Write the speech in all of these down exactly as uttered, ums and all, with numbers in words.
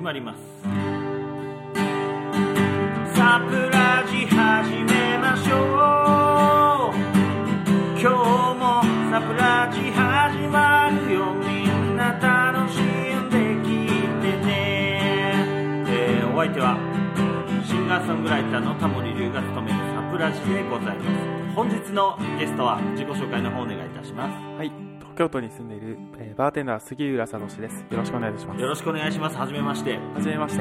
まります。サプラジ始めましょう。今日もサプラジ始まるよ。みんな楽しんで聞いてね。えー、お相手はシンガーソングライターのタモリ龍が務めるサプラジでございます。本日のゲストは自己紹介の方お願いいたします。 はい、東京都に住んでいる、えー、バーテンダー杉浦聡です。よろしくお願いいたします。 よろしくお願いします。はじめまして。 はじめまして。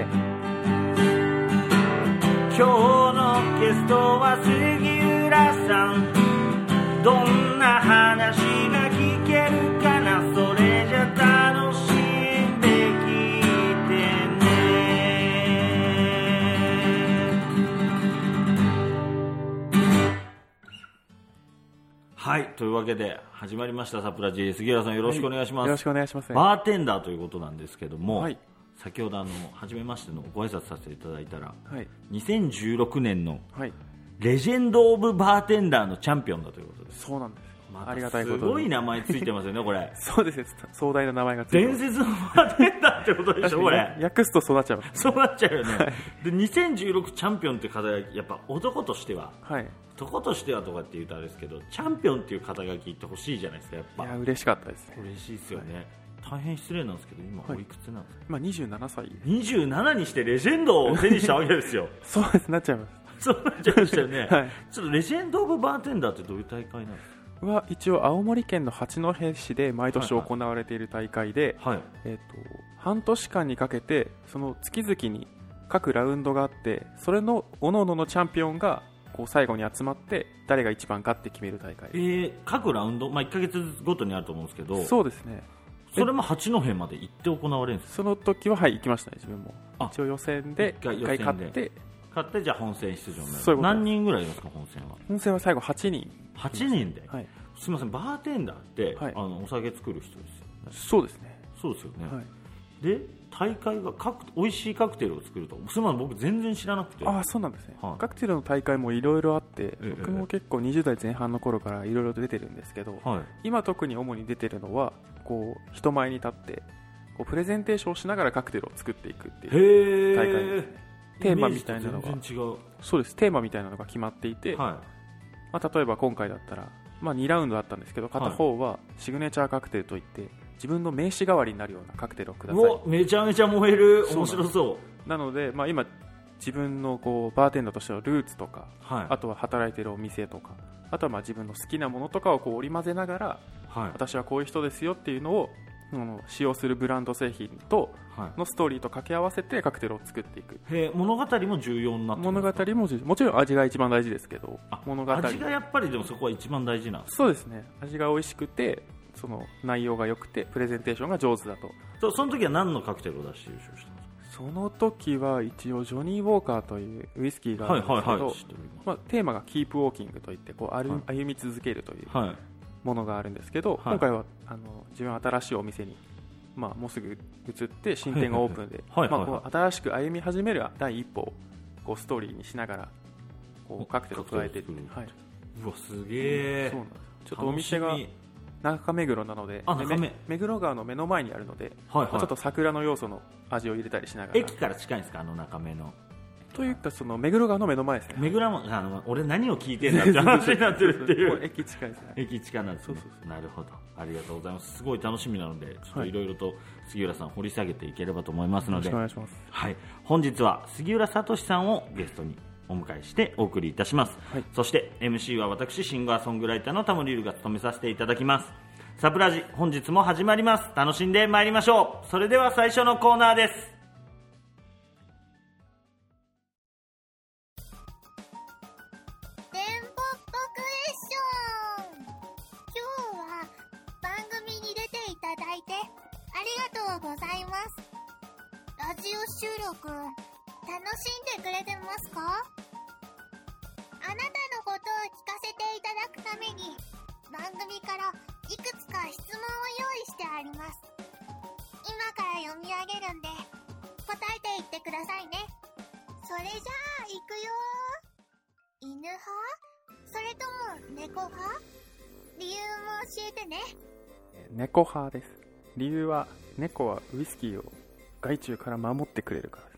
今日のゲストは杉浦さん。どんな話が聞けるかな。それじゃ楽しんで聞いてね。はい、というわけで始まりましたサプラジ。杉浦さん、よろしくお願いします。はい、 よろしくお願いします。 バーテンダーということなんですけども、はい、先ほどあの初めましてのご挨拶させていただいたら、はい、にせんじゅうろくねんのレジェンド・オブ・バーテンダーのチャンピオンだということです。 そうなんです。 まあ、ありがたいことにすごい名前ついてますよねこれ。 そうですね、壮大な名前がついてます。 伝説のバーテンダーってことでしょこれ。 訳すとそうなっちゃう。 そうなっちゃうよね、はい、でにせんじゅうろくチャンピオンって肩書き、やっぱ男としては、はい、男としてはとかって言うとあれですけど、チャンピオンっていう肩書きって欲しいじゃないですか。やっぱいや嬉しかったですね。 嬉しいですよね、はい。大変失礼なんですけど、今おいくつなんですか。 今にじゅうななさい。 にじゅうななにしてレジェンドを手にしたわけですよ。 そうです、なっちゃいます。 そうなっちゃいましたよね、はい、ちょっとレジェンド・オブ・バーテンダーってどういう大会なんですか。 は一応青森県の八戸市で毎年行われている大会で、はいはい、えーと、半年間にかけてその月々に各ラウンドがあって、それの各々のチャンピオンがこう最後に集まって誰が一番かって決める大会。 えー、各ラウンド、まあ、いっかげつごとにあると思うんですけど。 そうですね。 それも八戸まで行って行われるんですか。 その時ははい行きましたね。自分も一応予選でいっかい勝って勝ってじゃあ本戦出場になる。そういうこと。何人ぐらいいますか本戦は。 本戦は最後はちにん。 はちにんで、はい、すみません、バーテンダーって、はい、あのお酒作る人ですよね。 そうですね。 そうですよね、はい、で大会がカク美味しいカクテルを作ると。すみません、僕全然知らなくて。 ああ、そうなんですね、はい、カクテルの大会もいろいろあって、ええ、僕も結構にじゅう代前半の頃からいろいろ出てるんですけど、はい、今特に主に出てるのはこう人前に立ってこうプレゼンテーションをしながらカクテルを作っていくっていう大会ですね。テーマみたいなのが全然違う。 そうです、テーマみたいなのが決まっていて、はい、まあ、例えば今回だったら、まあ、にラウンドあったんですけど、片方はシグネチャーカクテルといって自分の名刺代わりになるようなカクテルをください。 お、めちゃめちゃ燃える。面白そう。 なので、まあ、今自分のこうバーテンダーとしてのルーツとか、はい、あとは働いているお店とか、あとはまあ自分の好きなものとかをこう織り交ぜながら、はい、私はこういう人ですよっていうのを使用するブランド製品とのストーリーと掛け合わせてカクテルを作っていく。 へ、物語も重要になってますか。 物語も重要。もちろん味が一番大事ですけど、物語味がやっぱりでもそこは一番大事なんですか。 そうですね。味が美味しくて、その内容が良くてプレゼンテーションが上手だと。 そ, その時は何のカクテルを出して優勝したんですか。 その時は一応ジョニー・ウォーカーというウイスキーがあるんですけど、はいはいはい、まあ、テーマがキープウォーキングといってこう 歩,、はい、歩み続けるというものがあるんですけど、はい、今回はあの自分は新しいお店に、まあ、もうすぐ移って新店がオープンで、はいはいはい、まあ、こう新しく歩み始める第一歩をこうストーリーにしながらこうカクテルを加えていって、はい、 うわすげえ、 そうなんです。ちょっとお店が中目黒なので、目黒川の目の前にあるので、はいはい、ちょっと桜の要素の味を入れたりしながら。 駅から近いんですか、あの中目の。 というかその目黒川の目の前ですね。 目黒もあの俺何を聞いてんだって話になってるっていう駅近いですね。 駅近なんですね。そうそうそう、なるほど、ありがとうございます。すごい楽しみなので、ちょっといろいろと杉浦さん掘り下げていければと思いますので、 よろしくお願いします。 はい、本日は杉浦聡さんをゲストにお迎えしてお送りいたします、はい、そして エムシー は私シンガーソングライターのタモリルが務めさせていただきます。サプラジ本日も始まります。楽しんでまいりましょう。それでは最初のコーナーです。 テンポッポクエスチョン。今日は番組に出ていただいてありがとうございます。ラジオ収録楽しんでくれてますか？あなたのことを聞かせていただくために番組からいくつか質問を用意してあります。今から読み上げるんで答えていってくださいね。それじゃあ行くよ。犬派？それとも猫派？理由も教えてね。 猫派です。理由は猫はウイスキーを害虫から守ってくれるからです。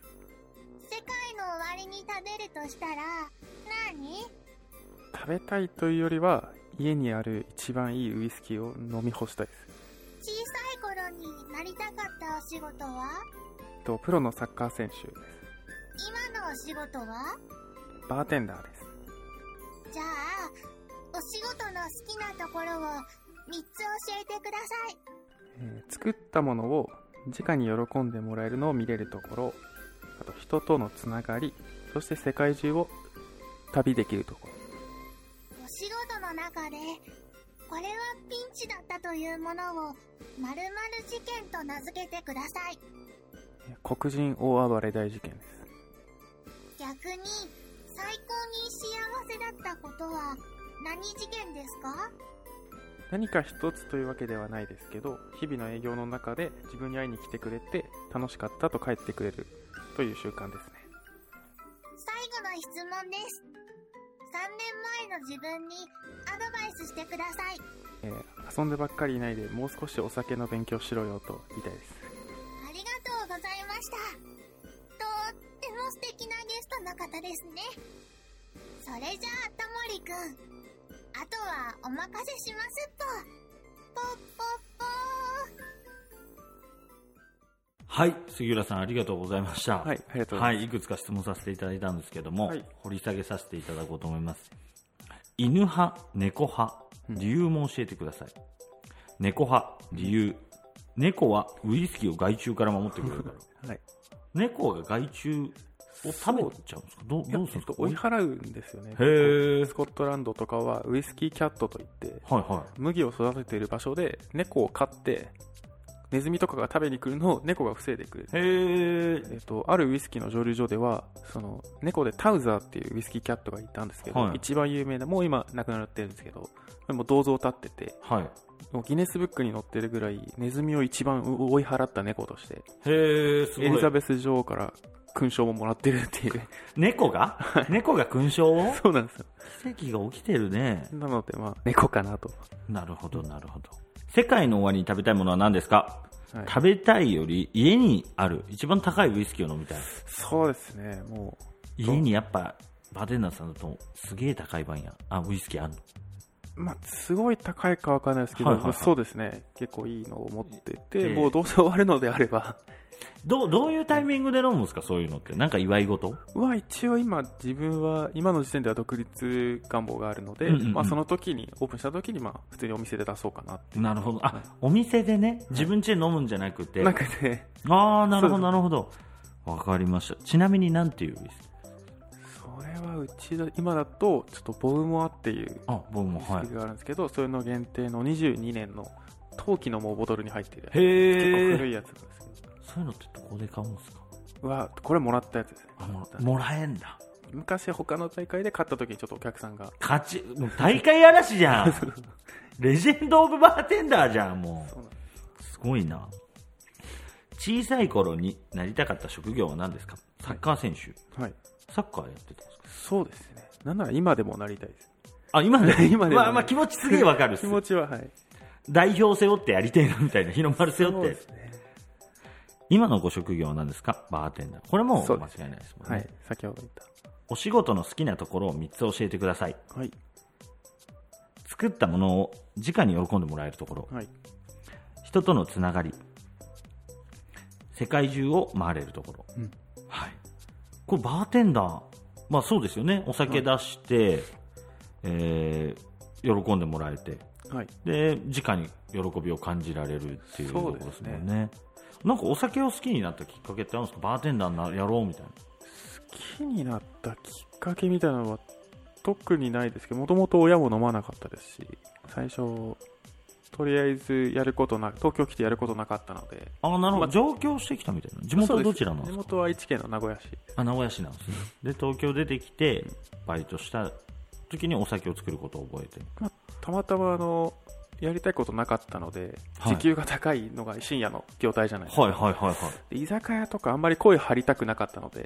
世界の終わりに食べるとしたら何？ 食べたいというよりは家にある一番いいウイスキーを飲み干したいです。 小さい頃になりたかったお仕事は？ とプロのサッカー選手です。 今のお仕事は？ バーテンダーです。 じゃあお仕事の好きなところをみっつ教えてください。 えー、作ったものを直に喜んでもらえるのを見れるところ、あと人とのつながり、そして世界中を旅できるところ。 お仕事の中でこれはピンチだったというものを〇〇事件と名付けてください。 黒人大暴れ大事件です。 逆に最高に幸せだったことは何事件ですか？ 何か一つというわけではないですけど、日々の営業の中で自分に会いに来てくれて楽しかったと帰ってくれるという習慣ですね。 最後の質問です。さんねんまえの自分にアドバイスしてください。 えー、遊んでばっかりいないでもう少しお酒の勉強しろよと言いたいです。 ありがとうございました。とっても素敵なゲストの方ですね。それじゃあタモリくん、あとはお任せしますっと。ポッポッポー。 はい、杉浦さんありがとうございました。 はい、ありがとうございます。 はい、いくつか質問させていただいたんですけども、はい、掘り下げさせていただこうと思います。犬派、猫派、理由も教えてください。うん、猫派、理由。猫はウイスキーを害虫から守ってくれるから。はい、猫が害虫を食べちゃうんですか？どう、どうするんですか？ 追い払うんですよね。 へー。 スコットランドとかはウイスキーキャットといって、 はいはい、 麦を育てている場所で猫を飼ってネズミとかが食べに来るのを猫が防いでくれる。 へー。 えっと、あるウイスキーの蒸留所ではその猫でタウザーっていうウイスキーキャットがいたんですけど、はい、一番有名な、もう今亡くなってるんですけど、でも銅像立ってて、はい、もうギネスブックに載ってるぐらいネズミを一番追い払った猫として、 へー、すごい。 エリザベス女王から勲章ももらってるっていう猫が猫が勲章をそうなんですよ。 奇跡が起きてるね。 なのでまあ猫かなと。 なるほどなるほど。世界の終わりに食べたいものは何ですか？はい、食べたいより家にある一番高いウイスキーを飲みたい。 そうですね。もう家にやっぱバーテンダーさんだとすげえ高い番やあウイスキーあんの？ まあ、すごい高いかわかんないですけど、はいはいはい、そうですね。結構いいのを持ってて、もうどうせ終わるのであればどう、どういうタイミングで飲むんですか？そういうのってなんか祝い事は一応今自分は今の時点では独立願望があるので、うんうんうん、まあ、その時にオープンした時にまあ普通にお店で出そうかなって。 なるほど。あ、はい、お店でね、自分家で飲むんじゃなくて、 なくて、 ああ、なるほどなるほど。わかりました。ちなみになんていうウイスキー？ それはうちだ今だとちょっとボウモアっていうあボウモア、 ウイスキーがあるんですけど、はい、それの限定のにじゅうにねんの陶器のもうボトルに入っている。 へー。 結構古いやつなんですけど。 そういうのってどこで買うんですか？ はこれもらったやつですね。 あ も, もらえんだ。 昔他の大会で買った時にちょっとお客さんが勝ちもう大会嵐じゃんレジェンドオブバーテンダーじゃん。もう す, すごいな。小さい頃になりたかった職業は何ですか？サッカー選手、はい、サッカーやってたんですか？ そうですね。なんなら今でもなりたいです。 あ、今で今でも、 まあ、まあ気持ちすげえわかるっす気持ちは、はい、 代表背負ってやりたいなみたいな、日の丸背負って。そうですね。今のご職業は何ですか？バーテンダー。これも間違いないですもんね。 はい、先ほど言った。 お仕事の好きなところをみっつ教えてください。 はい。 作ったものを直に喜んでもらえるところ。 はい。 人とのつながり。世界中を回れるところ。 うん。 はい。これバーテンダー。まあそうですよね。お酒出して、はい、えー、喜んでもらえて。 はい。 で、直に喜びを感じられるっていうところですもんね。なんかお酒を好きになったきっかけってあるんですか？バーテンダーやろうみたいな。 好きになったきっかけみたいなのは特にないですけど、もともと親も飲まなかったですし、最初とりあえずやることな東京来てやることなかったので。 あ、なるほど、まあ、上京してきたみたいな。地元どちらなんですか？ 地元は愛知県の名古屋市。 あ、名古屋市なんですね。で東京出てきてバイトした時にお酒を作ることを覚えて、 まあ、たまたまあのやりたいことなかったので、はい、時給が高いのが深夜の業態じゃないですか。 はいはいはいはい。 で居酒屋とかあんまり声張りたくなかったので、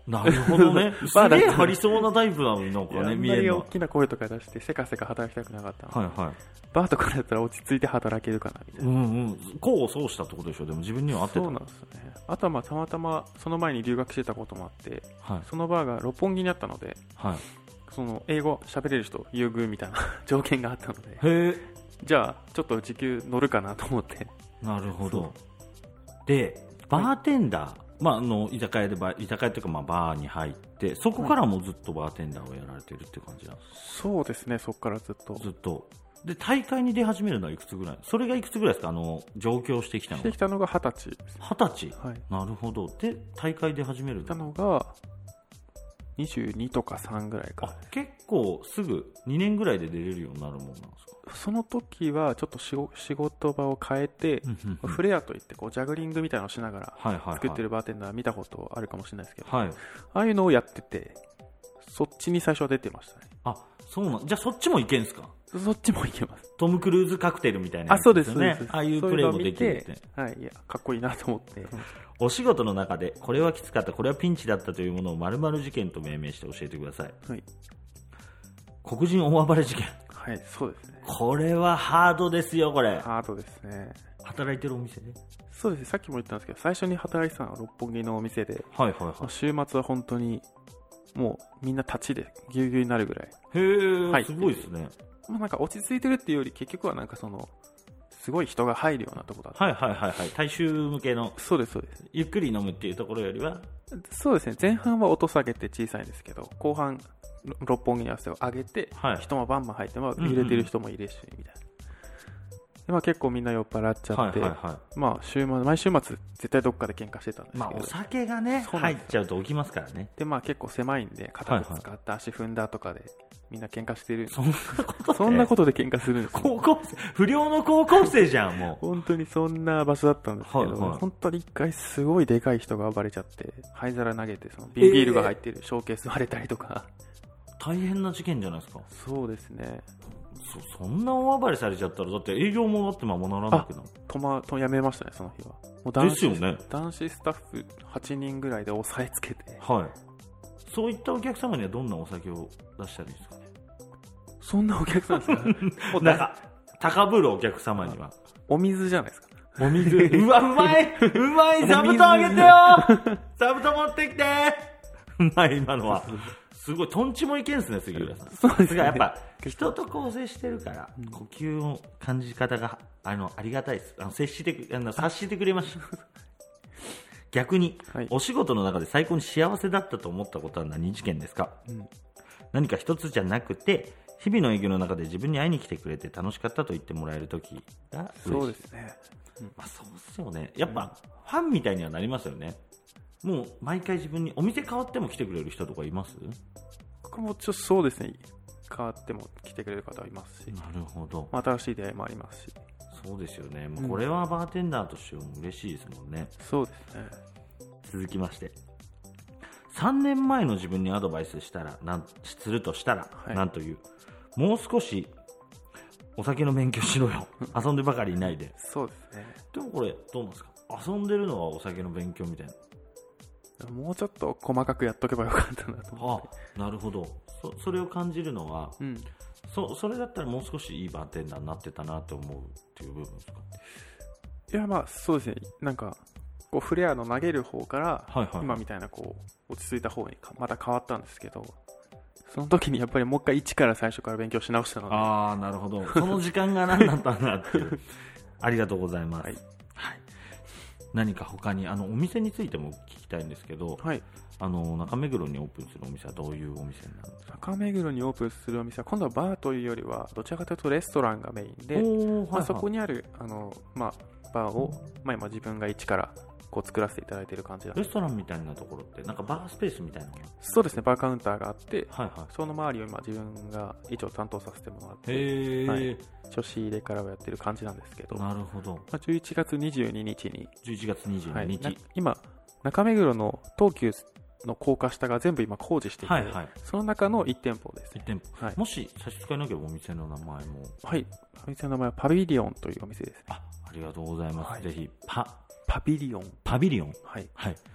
なるほどね。すげえ張りそうなタイプなのになんかね、見えるの。 あんまり大きな声とか出してせかせか働きたくなかったの。 はいはい。 バーとかだったら落ち着いて働けるかなみたいな。 うんうん。功を奏したってことでしょ。でも自分には合ってた。 そうなんですよね。あとはまあたまたまその前に留学してたこともあって、はい、そのバーが六本木にあったので、はい、その英語喋れる人優遇みたいな条件があったので、へじゃあちょっと時給乗るかなと思って。 なるほど。でバーテンダー、はい、まあ、あの居酒屋でバ居酒屋というかまあバーに入ってそこからもずっとバーテンダーをやられてるって感じなんですか？ そうですね、そこからずっとずっとで大会に出始めるのはいくつぐらい？それがいくつぐらいですか？あの上京してきたのしてきたのが二十歳。 二十歳、はい、なるほど。で大会出始めるのがにじゅうにとかさんぐらいか、ね、 あ結構すぐにねんぐらいで出れるようになるもんなんですか？ その時はちょっと仕事場を変えてフレアといってこうジャグリングみたいなのをしながら作ってるバーテンダー見たことあるかもしれないですけど、はい、ああいうのをやっててそっちに最初は出てましたね。 あ、そうなん。じゃあそっちもいけんすか？ そっちもいけます。 トム・クルーズカクテルみたいなやつですよね。あ、そうです。ああいうプレイもできるって。 はい、いやかっこいいなと思って。 お仕事の中でこれはきつかった、これはピンチだったというものを〇〇事件と命名して教えてください。はい。黒人大暴れ事件。 はい、そうですね。 これはハードですよ、これ。 ハードですね。 働いてるお店で。 そうですね、さっきも言ったんですけど、最初に働いてたのは六本木のお店で、 はいはいはい。 週末は本当にもうみんな立ちでぎゅうぎゅうになるぐらい。 へー、はい、すごいですね。 まあ、なんか落ち着いてるっていうより結局はなんかそのすごい人が入るようなところだった。 はいはいはいはい。大衆向けの。 そうですそうです。 ゆっくり飲むっていうところよりは。 そうですね。前半は音下げて小さいんですけど、後半六本木に合わせを上げて、はい、人もバンバン入って、まあ、揺れてる人もいるし、うんうん、みたいな。でまあ、結構みんな酔っ払っちゃって、はいはいはい、まあ週末毎週末絶対どっかで喧嘩してたんですけど、まあ、お酒がね入っちゃうと起きますからね。 でまあ結構狭いんで肩ぶつかって足踏んだとかでみんな喧嘩してる。 そんなことそんなことで喧嘩するんですよ。 高校生不良の高校生じゃんもう。 本当にそんな場所だったんですけど、はいはい、本当に一回すごいでかい人が暴れちゃって灰皿投げてそのビールが入ってるショーケース割れたりとか、 えー、大変な事件じゃないですか。 そうですね。 そ, そんな大暴れされちゃったらだって営業もだってままならなくなる。 とまとやめましたねその日は。 もう男子ですよね。 男子スタッフはちにんぐらいで押さえつけて、 はい。そういったお客様にはどんなお酒を出したらいいですかね。 そんなお客さんですかもうなんか高ぶるお客様にはお水じゃないですか。 お水うわうまいうまい座布団あげてよ座布団持ってきてうまい今のはすごいトンチもいけんすね杉浦さん。 そうですね。 やっぱ人と構成してるから、うん、呼吸の感じ方が あ, のありがたいです。あの接してあの察してくれました逆に、はい、お仕事の中で最高に幸せだったと思ったことは何事件ですか？うん、何か一つじゃなくて日々の営業の中で自分に会いに来てくれて楽しかったと言ってもらえるときが嬉しい。 そうですね、 うんまあ、そうですよね。やっぱ、うん、ファンみたいにはなりますよね。もう毎回自分にお店変わっても来てくれる人とかいます？ 僕もちょっとそうですね、変わっても来てくれる方はいますし。 なるほど。 新しい出会いもありますし。 そうですよね。もうこれはバーテンダーとしても嬉しいですもんね。 うん、そうですね。 続きましてさんねんまえの自分にアドバイスしたらなんするとしたら、はい、なんという。もう少しお酒の勉強しろよ遊んでばかりいないで。 そうですね。 でもこれどうなんですか？遊んでるのはお酒の勉強みたいな。 もうちょっと細かくやっとけばよかったなと思って。 あ、なるほど。 そ, それを感じるのは、うん、そ, それだったらもう少しいいバーテンダーになってたなと思うっていう部分ですか？ いやまあそうですね。なんかこうフレアの投げる方から、はいはい、今みたいなこう落ち着いた方にまた変わったんですけど、その時にやっぱりもう一回一から最初から勉強し直したので。 ああ、なるほど。その時間が何だったんだっていうありがとうございます、はいはい、何か他にあのお店についても聞きたいんですけど、はい、あの中目黒にオープンするお店はどういうお店になるんですか？ 中目黒にオープンするお店は今度はバーというよりはどちらかというとレストランがメインで、はいはい、まあ、そこにあるあの、まあ、バーを、まあ、今自分が一からこう作らせていただいている感じなんです。 レストランみたいなところってなんかバースペースみたいなのが？ そうですね、バーカウンターがあって、はいはい、その周りを今自分が一応担当させてもらって、へ、はい、初仕入れからはやってる感じなんですけど。 なるほど。まあ、じゅういちがつにじゅうににちにじゅういちがつにじゅうににち、はい、 今中目黒の東急の高架下が全部今工事していて、はいはい、その中のいち店舗です、ね、 いち店舗、はい、もし差し支えなければお店の名前も。 はい、お店の名前はパビリオンというお店ですね。 あ、ありがとうございます、はい、ぜひパパビリオンパビリオンはい、 はい、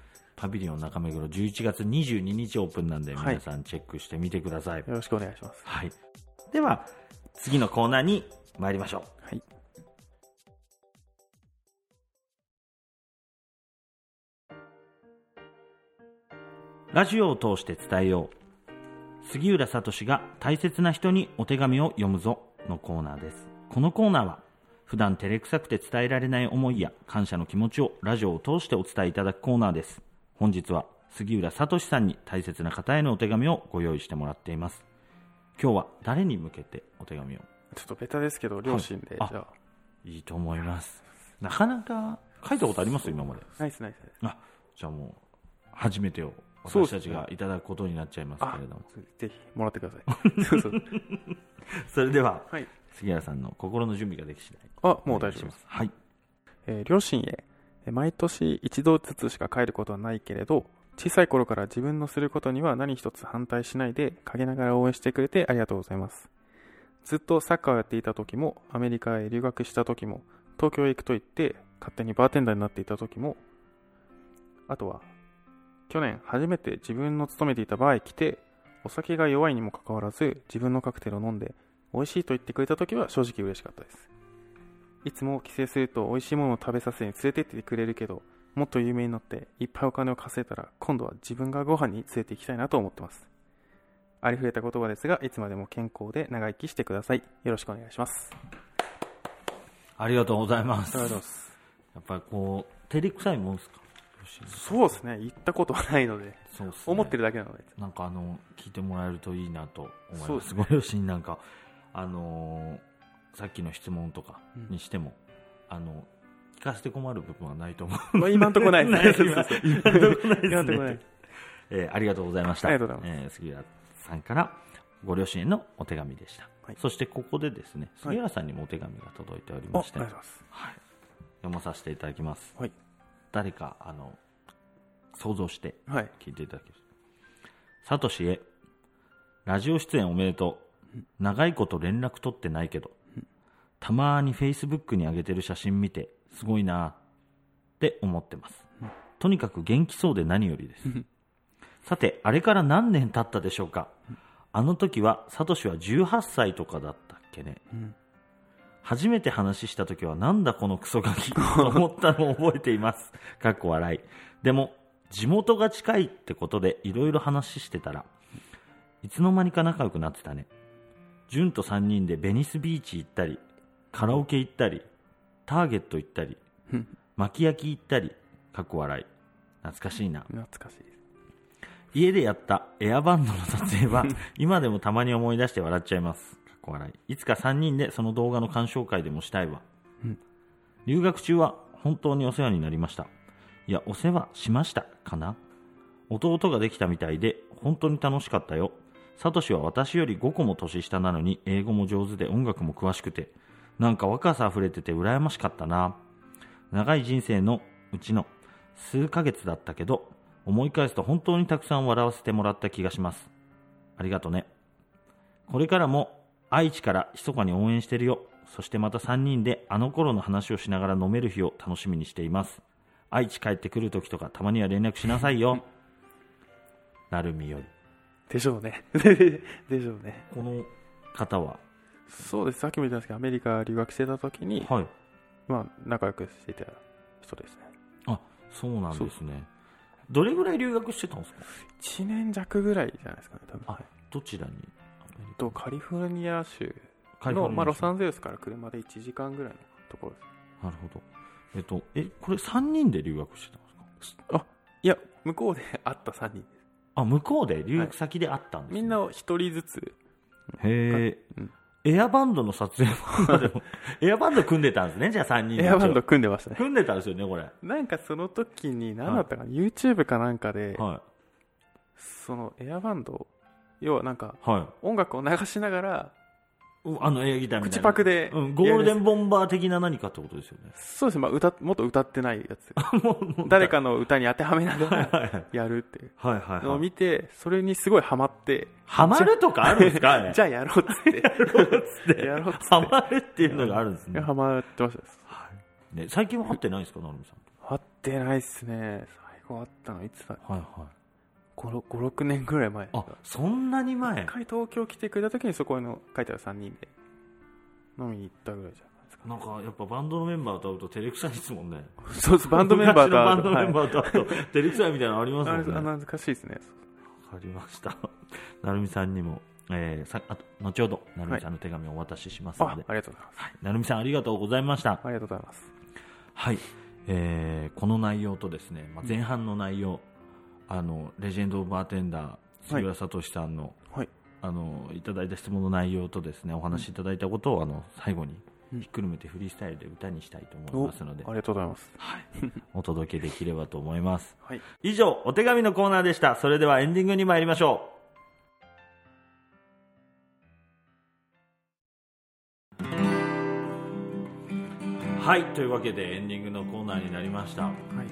パビリオン中目黒じゅういちがつにじゅうににちオープンなんで、皆さんチェックしてみてください。 よろしくお願いします。 はい。では次のコーナーに参りましょう。 はい。 ラジオを通して伝えよう。杉浦聡が大切な人にお手紙を読むぞのコーナーです。このコーナーは普段照れくさくて伝えられない思いや感謝の気持ちをラジオを通してお伝えいただくコーナーです。本日は杉浦聡さんに大切な方へのお手紙をご用意してもらっています。今日は誰に向けてお手紙を？ ちょっとベタですけど両親で、はい、じゃあいいと思います。なかなか書いたことあります今まで？ ないですないです。 あ、じゃあもう初めてを私たちがいただくことになっちゃいますけれども、 ぜひもらってください。そうそうそれでは、 はい、 杉原さんの心の準備ができ次第、 あ、もう大丈夫です。 はい。 えー、両親へ、毎年一度ずつしか帰ることはないけれど、小さい頃から自分のすることには何一つ反対しないで陰ながら応援してくれてありがとうございます。ずっとサッカーをやっていた時も、アメリカへ留学した時も、東京へ行くと言って勝手にバーテンダーになっていた時も、あとは去年初めて自分の勤めていたバーへ来て、お酒が弱いにもかかわらず自分のカクテルを飲んで美味しいと言ってくれた時は正直嬉しかったです。いつも帰省すると美味しいものを食べさせに連れてってくれるけど、もっと有名になっていっぱいお金を稼いだら今度は自分がご飯に連れて行きたいなと思ってます。ありふれた言葉ですが、いつまでも健康で長生きしてください。よろしくお願いします。 ありがとうございます。 ありがとうございます。 やっぱりこう照れくさいもんですか？ そうですね、行ったことはないので、そうですね、思ってるだけなので、 なんかあの聞いてもらえるといいなと思います。ご両親なんかあのー、さっきの質問とかにしても、うん、あの聞かせて困る部分はないと思う。 まあ今のところないですね。 今のところないですね。えー、ありがとうございました。 ありがとうございます。 えー、杉浦さんからご両親へのお手紙でした。はい、そしてここでですね、杉浦さんにもお手紙が届いておりまして、 はい、ありがとうございます。 はい、読まさせていただきます。 はい、 誰かあの想像して聞いていただきます。 はい、 サトシへ、ラジオ出演おめでとう。長いこと連絡取ってないけど、たまにフェイスブックに上げてる写真見てすごいなって思ってます。とにかく元気そうで何よりです。さて、あれから何年経ったでしょうか。あの時はサトシはじゅうはっさいとかだったっけね。うん、初めて話した時はなんだこのクソガキと思ったのを覚えています。かっこ笑い。でも地元が近いってことでいろいろ話してたらいつの間にか仲良くなってたね。純とさんにんでベニスビーチ行ったり、カラオケ行ったり、ターゲット行ったり、巻き焼き行ったり、かっこ笑い。懐かしいな。 懐かしいです。 家でやったエアバンドの撮影は今でもたまに思い出して笑っちゃいます。かっこ笑い。いつかさんにんでその動画の鑑賞会でもしたいわ。うん、留学中は本当にお世話になりました。いや、お世話しましたかな。弟ができたみたいで本当に楽しかったよ。サトシは私よりごこも年下なのに英語も上手で音楽も詳しくて、なんか若さあふれてて羨ましかったな。長い人生のうちの数ヶ月だったけど、思い返すと本当にたくさん笑わせてもらった気がします。ありがとね。これからも愛知から密かに応援してるよ。そしてまたさんにんであの頃の話をしながら飲める日を楽しみにしています。愛知帰ってくるときとかたまには連絡しなさいよ。なるみより。 でしょうね。でしょうね。 この方はそうです。さっきも言ったんですけど、アメリカ留学してたときに、はい、まあ仲良くしていた人ですね。 あ、そうなんですね。どれぐらい留学してたんですか？ いちねん弱ぐらいじゃないですかね、多分。 あ、どちらに？ とカリフォルニア州の、まあ、ロサンゼルスから車でいちじかんぐらいのところです。 なるほど。えっと、え、これさんにんで留学してたんですか？ あ、いや、向こうで会ったさんにんです。 あ、向こうで留学先で会ったんですね。 はい、みんなひとりずつ。 へえ、うん。エアバンドの撮影もでもエアバンド組んでたんですね。じゃあさんにんで。 エアバンド組んでましたね。 組んでたんですよね、これ。 なんかその時に何だったかな、はい、YouTube かなんかで、はい、そのエアバンド、要はなんか、はい、音楽を流しながら、 あのエアギターみたいな口パクで、 うん、ゴールデンボンバー的な何かってことですよね。 そうですね、まあ、歌もっと歌ってないやつ誰かの歌に当てはめながらやるっていうのを見て、それにすごいハマって。 ハマるとかあるんですか？ じゃあやろうっつってやろうっつってやろうっつってハマるっていうのがあるんですね。 ハマってました、 はいね、最近は会ってないですか？成美さん。 会ってないっすね。 後あったのいつだ、 はいはい、 ご、ろくねんぐらい前。 あ、そんなに前。 一回東京来てくれた時にそこの書いてあるさんにんで飲みに行ったぐらいじゃないですか。 なんかやっぱバンドのメンバーと会うと照れくさいですもんね。 そうです、バンドメンバーとバンドメンバーと会うと照れくさいみたいなのありますもんね。 あれ懐かしいですね。 わかりました。なるみさんにも、えー、さあと後ほどなるみさんの手紙をお渡ししますので、はい、 あ, ありがとうございます、 はい、なるみさんありがとうございました。 ありがとうございます。 はい、えー、この内容とですね、まあ、前半の内容、あのレジェンド・オブ・バーテンダー杉浦聡さんの、はい、あのいただいた質問の内容とですねお話しいただいたことをあの最後にひっくるめてフリースタイルで歌にしたいと思いますので、 ありがとうございます、 はい、お届けできればと思います、 はい、 以上お手紙のコーナーでした。それではエンディングに参りましょう。はい、というわけでエンディングのコーナーになりました、はいはい、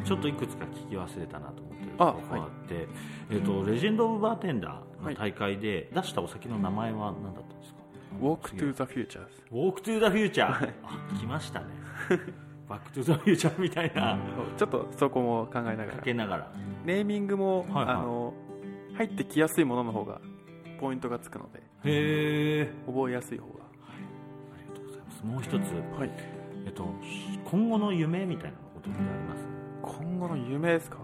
ちょっといくつか聞き忘れたなと思っているところがあって、はい、えーと、レジェンド・オブ・バーテンダーの大会で出したお酒の名前は何だったんですか？ Walk to the Future。 Walk to the Future、はい、あ、来ましたねバック・トゥ・ザ・フューチャーみたいな、 ちょっとそこも考えながらかけながらネーミングも、はいはい、あの入ってきやすいものの方がポイントがつくので、 へー、 覚えやすい方が、 はい、ありがとうございます。もう一つ、はい、えっと、今後の夢みたいなことってあります？ 今後の夢ですか？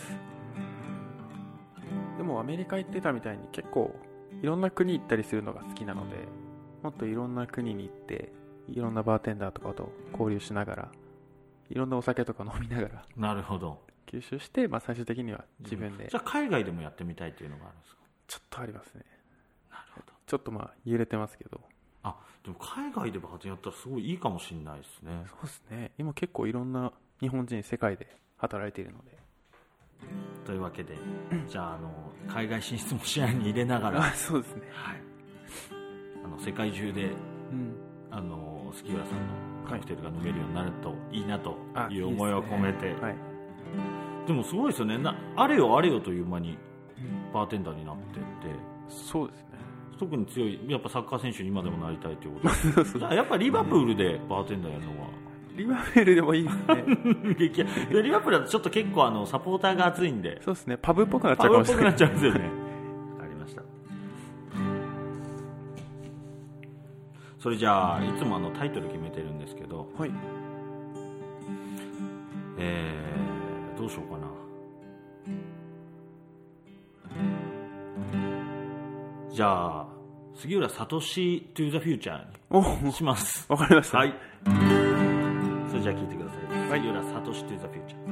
でもアメリカ行ってたみたいに結構いろんな国行ったりするのが好きなので、もっといろんな国に行っていろんなバーテンダーとかと交流しながらいろんなお酒とか飲みながら、 なるほど、 吸収して、まあ、最終的には自分で、 じゃあ海外でもやってみたいっていうのがあるんですか？ ちょっとありますね。 なるほど、 ちょっとまあ揺れてますけど。 あ、でも海外でバーテンやったらすごいいいかもしれないですね。 そうですね、今結構いろんな日本人世界で働いているので。 というわけでじゃあ、あの海外進出も視野に入れながらあ、そうですね、 はい、あの世界中で、うん、あの杉浦さんのカクテルが飲めるようになるといいなという思いを込めて、いいですね、はい、でもすごいですよね、なあれよあれよという間にバーテンダーになってって、 そうですね、 特に強いやっぱサッカー選手に今でもなりたいということでやっぱりリバプールでバーテンダーやるのはリバプールでもいいですねでリバプールだとちょっと結構あのサポーターが熱いんで、 そうですね、パブっぽくなっちゃうかもしれない、 パブっぽくなっちゃうんですよねわかりました。それじゃあいつもあのタイトル決めてるんですけど、はい、えー、どうしようかな。じゃあ杉浦聡 to the future にします。 わかりました。 はい。それじゃあ聞いてください。はい、杉浦聡 to the future。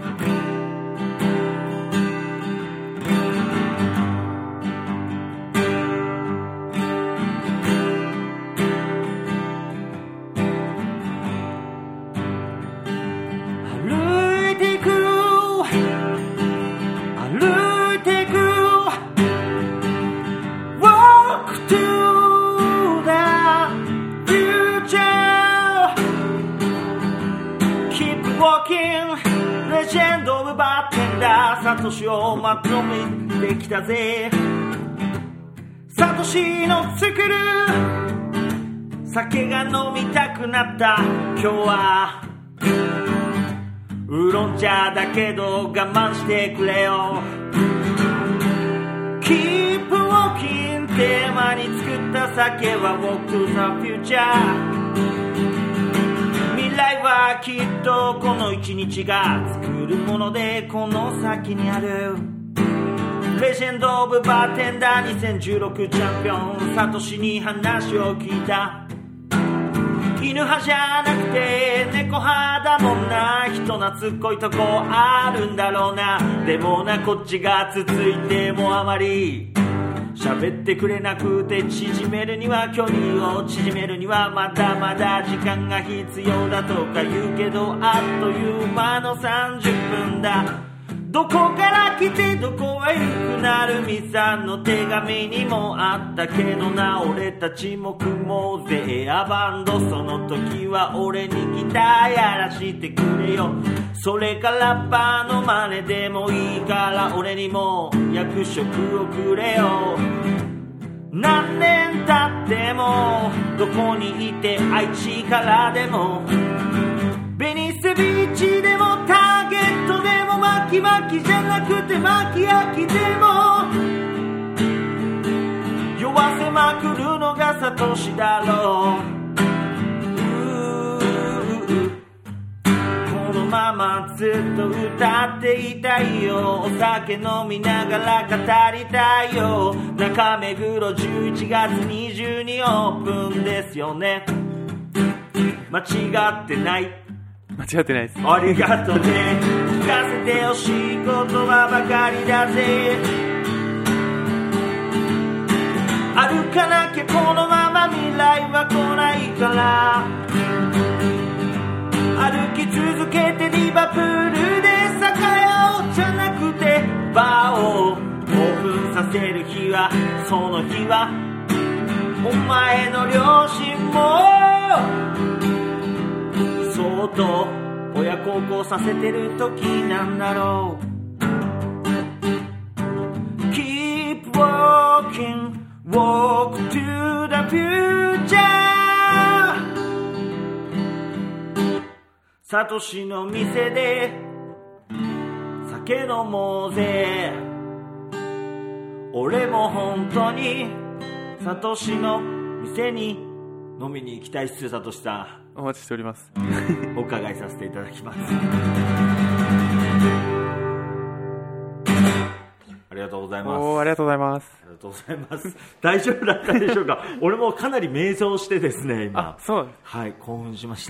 サトシをまとめてきたぜ。サトシの作る酒が飲みたくなった今日はウーロン茶だけど我慢してくれよ。 Keep walking テーマに作った酒は Walk to the future。未来はきっとこの一日が作るものでこの先にある。レジェンド・オブ・バーテンダーにせんじゅうろくチャンピオンサトシに話を聞いた。犬派じゃなくて猫派だもんな。人懐っこいとこあるんだろうな。でもなこっちがつついてもあまり喋ってくれなくて、縮めるには距離を縮めるにはまだまだ時間が必要だとか言うけど、あっという間のさんじゅっぷんだ。どこから来てどこへ行くなるみさんの手紙にもあったけどな。俺たちも組もうぜエアバンド、その時は俺にギターやらしてくれよ。それからラッパーの真似でもいいから俺にも役職をくれよ。何年経ってもどこにいて愛知からでもベニスビーチでもターゲットでも巻き巻きじゃなくて巻き焼きでも酔わせまくるのがサトシだろう。このままずっと歌っていたいよ。お酒飲みながら語りたいよ。中目黒じゅういちがつにじゅうににオープンですよね。間違ってない。 間違ってないです。 ありがとうね。聞かせてほしい言葉ばかりだぜ。歩かなきゃこのまま未来は来ないから、歩き続けてリバプールで酒屋をじゃなくてバーをオープンさせる日は、その日はお前の両親もそっと親孝行させてる時なんだろう。 Keep walking, walk to the future。サトシの店で酒飲もうぜ。俺も本当にサトシの店に飲みに行きたいっす。サトシさんお待ちしております。 お伺いさせていただきます。ありがとうございます。 おありがとうございます。 ありがとうございます。大丈夫だったでしょうか。俺もかなり迷走してですね今。 あ、そうです。 はい、興奮しました。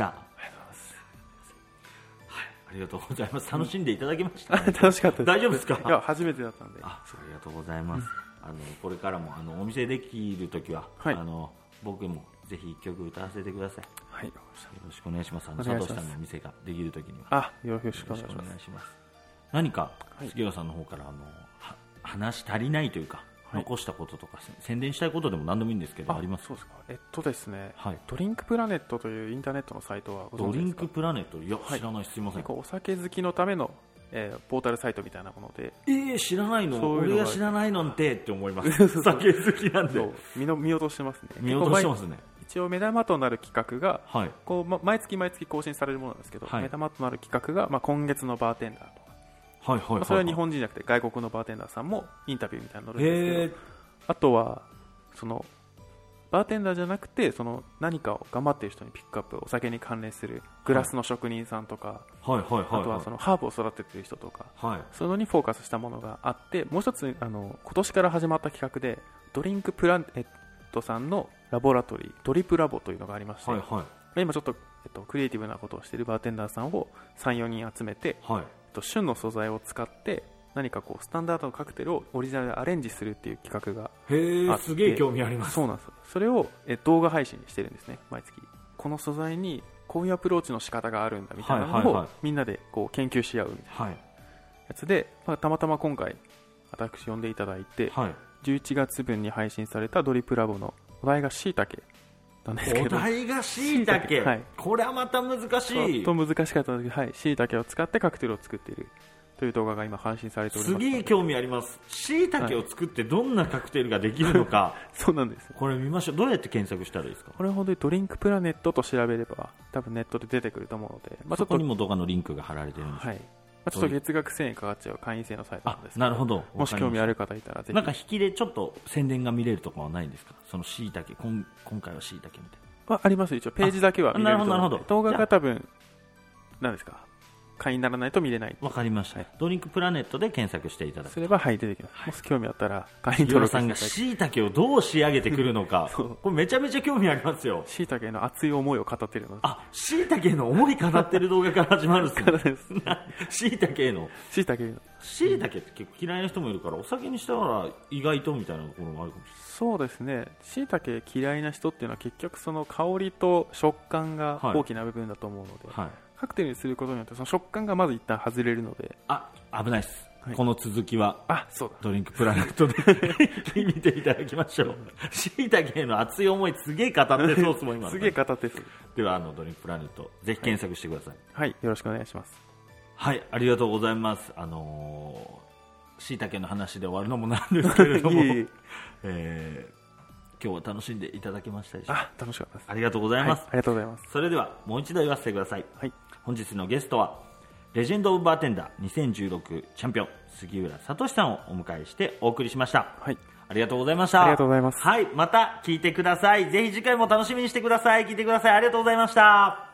ありがとうございます。楽しんでいただきました、ね、 楽しかったです。 大丈夫ですか。 いや初めてだったんで。 あ、ありがとうございます。あのこれからもあのお店できるときは、はい、あの僕もぜひ一曲歌わせてください。 はい。よろしくお願いします。あの佐藤さんのお店ができるときには。 あ、よろしくお願いします。 何か杉浦さんの方からあの話足りないというか、はい、残したこととか宣伝したいことでも何でもいいんですけど あ, あります。 そうですか。えっとですね、 はい、 ドリンクプラネットというインターネットのサイトはご存知ですか。 ドリンクプラネット、いや、はい、知らない。すいません。 お酒好きのための、えー、ポータルサイトみたいなもので。 えー、知らないの。俺が知らないのってって思います。酒好きなんで見の見落としてますね。 見落としてますね。 一応目玉となる企画が、 はい、 こうま、毎月毎月更新されるものなんですけど、はい、目玉となる企画が、まあ、今月のバーテンダーとか、 はいはいはいはい、まあ、 それは日本人じゃなくて外国のバーテンダーさんもインタビューみたいなの載るんですけど、あとはそのバーテンダーじゃなくてその何かを頑張っている人にピックアップ、お酒に関連するグラスの職人さんとか、 はいはいはいはい、 あとはそのハーブを育てている人とか、 はい、 そういうのにフォーカスしたものがあって、もう一つあの今年から始まった企画でドリンクプラネットさんのラボラトリードリップラボというのがありまして、 はいはい、 今ちょっと、えっと、クリエイティブなことをしているバーテンダーさんを さん,よ 人集めて、 はい、 えっと、旬の素材を使って何かこうスタンダードのカクテルをオリジナルでアレンジするっていう企画があって、 へー、すげえ興味あります。 そうなんです。それをえ動画配信してるんですね。毎月この素材にこういうアプローチの仕方があるんだみたいなのをみんなでこう研究し合うみたいなやつで、まあ、たまたま今回私呼んでいただいて、 はい、 じゅういちがつぶんに配信されたドリップラボのお題がしいたけなんですけど、 お題がしいたけ、はい、これはまた難しい。 ちょっと難しかったんですけど、はい、しいたけを使ってカクテルを作っているという動画が今配信されております。 すげえ興味あります。しいたけを作ってどんなカクテルができるのか、はい、 そうなんです。 これ見ましょう。どうやって検索したらいいですか。 これ本当にドリンクプラネットと調べれば多分ネットで出てくると思うので、 まあ、そこにも動画のリンクが貼られてるんです。 はい、まあ、ちょっと月額せんえんかかっちゃう会員制のサイトなんですけど、 なるほど、 もし興味ある方いたらぜひ。 なんか引きでちょっと宣伝が見れるとかはないんですか。そのしいたけ、今回はしいたけみたいなはあります。一応ページだけは見れると思うので。 なるほどなるほど。 動画が多分何ですか、会員にならないと見れない。 わかりました、はい、ドリンクプラネットで検索していただくすれば、はい、出てきます、はい、もし興味あったら会員登録していただきます。さんがしいたけをどう仕上げてくるのかこれめちゃめちゃ興味ありますよ。 しいたけの熱い思いを語ってるの。 あ、しいたけの思い語ってる動画から始まるんですね。しいたけのしいたけのしいたけって結構嫌いな人もいるから、お酒にしたら意外とみたいなところもあるかもしれない。 そうですね。しいたけ嫌いな人っていうのは結局その香りと食感が大きな部分だと思うので、 はいはい、 カクテルにすることによってその食感がまず一旦外れるので。 あ、危ないです、はい、この続きはあ、そうだ、 ドリンクプラネットで見ていただきましょう。しいたけへの熱い思いすげえ語ってそうですもん今。 すげえ語ってそう。 ではあのドリンクプラネットぜひ検索してください。 はい、はい、よろしくお願いします。 はい、ありがとうございます。あのー、しいたけの話で終わるのもなんですけれどもいい、えー、今日は楽しんでいただけましたでしょうか。 あ、楽しかったです。 ありがとうございます、 はい、ありがとうございます。 それではもう一度言わせてください、 はい、 本日のゲストはレジェンド・オブ・バーテンダーにせんじゅうろくチャンピオン杉浦聡さんをお迎えしてお送りしました。 はい、 ありがとうございました。 ありがとうございます。 はい、また聞いてください。ぜひ次回も楽しみにしてください。聞いてください。ありがとうございました。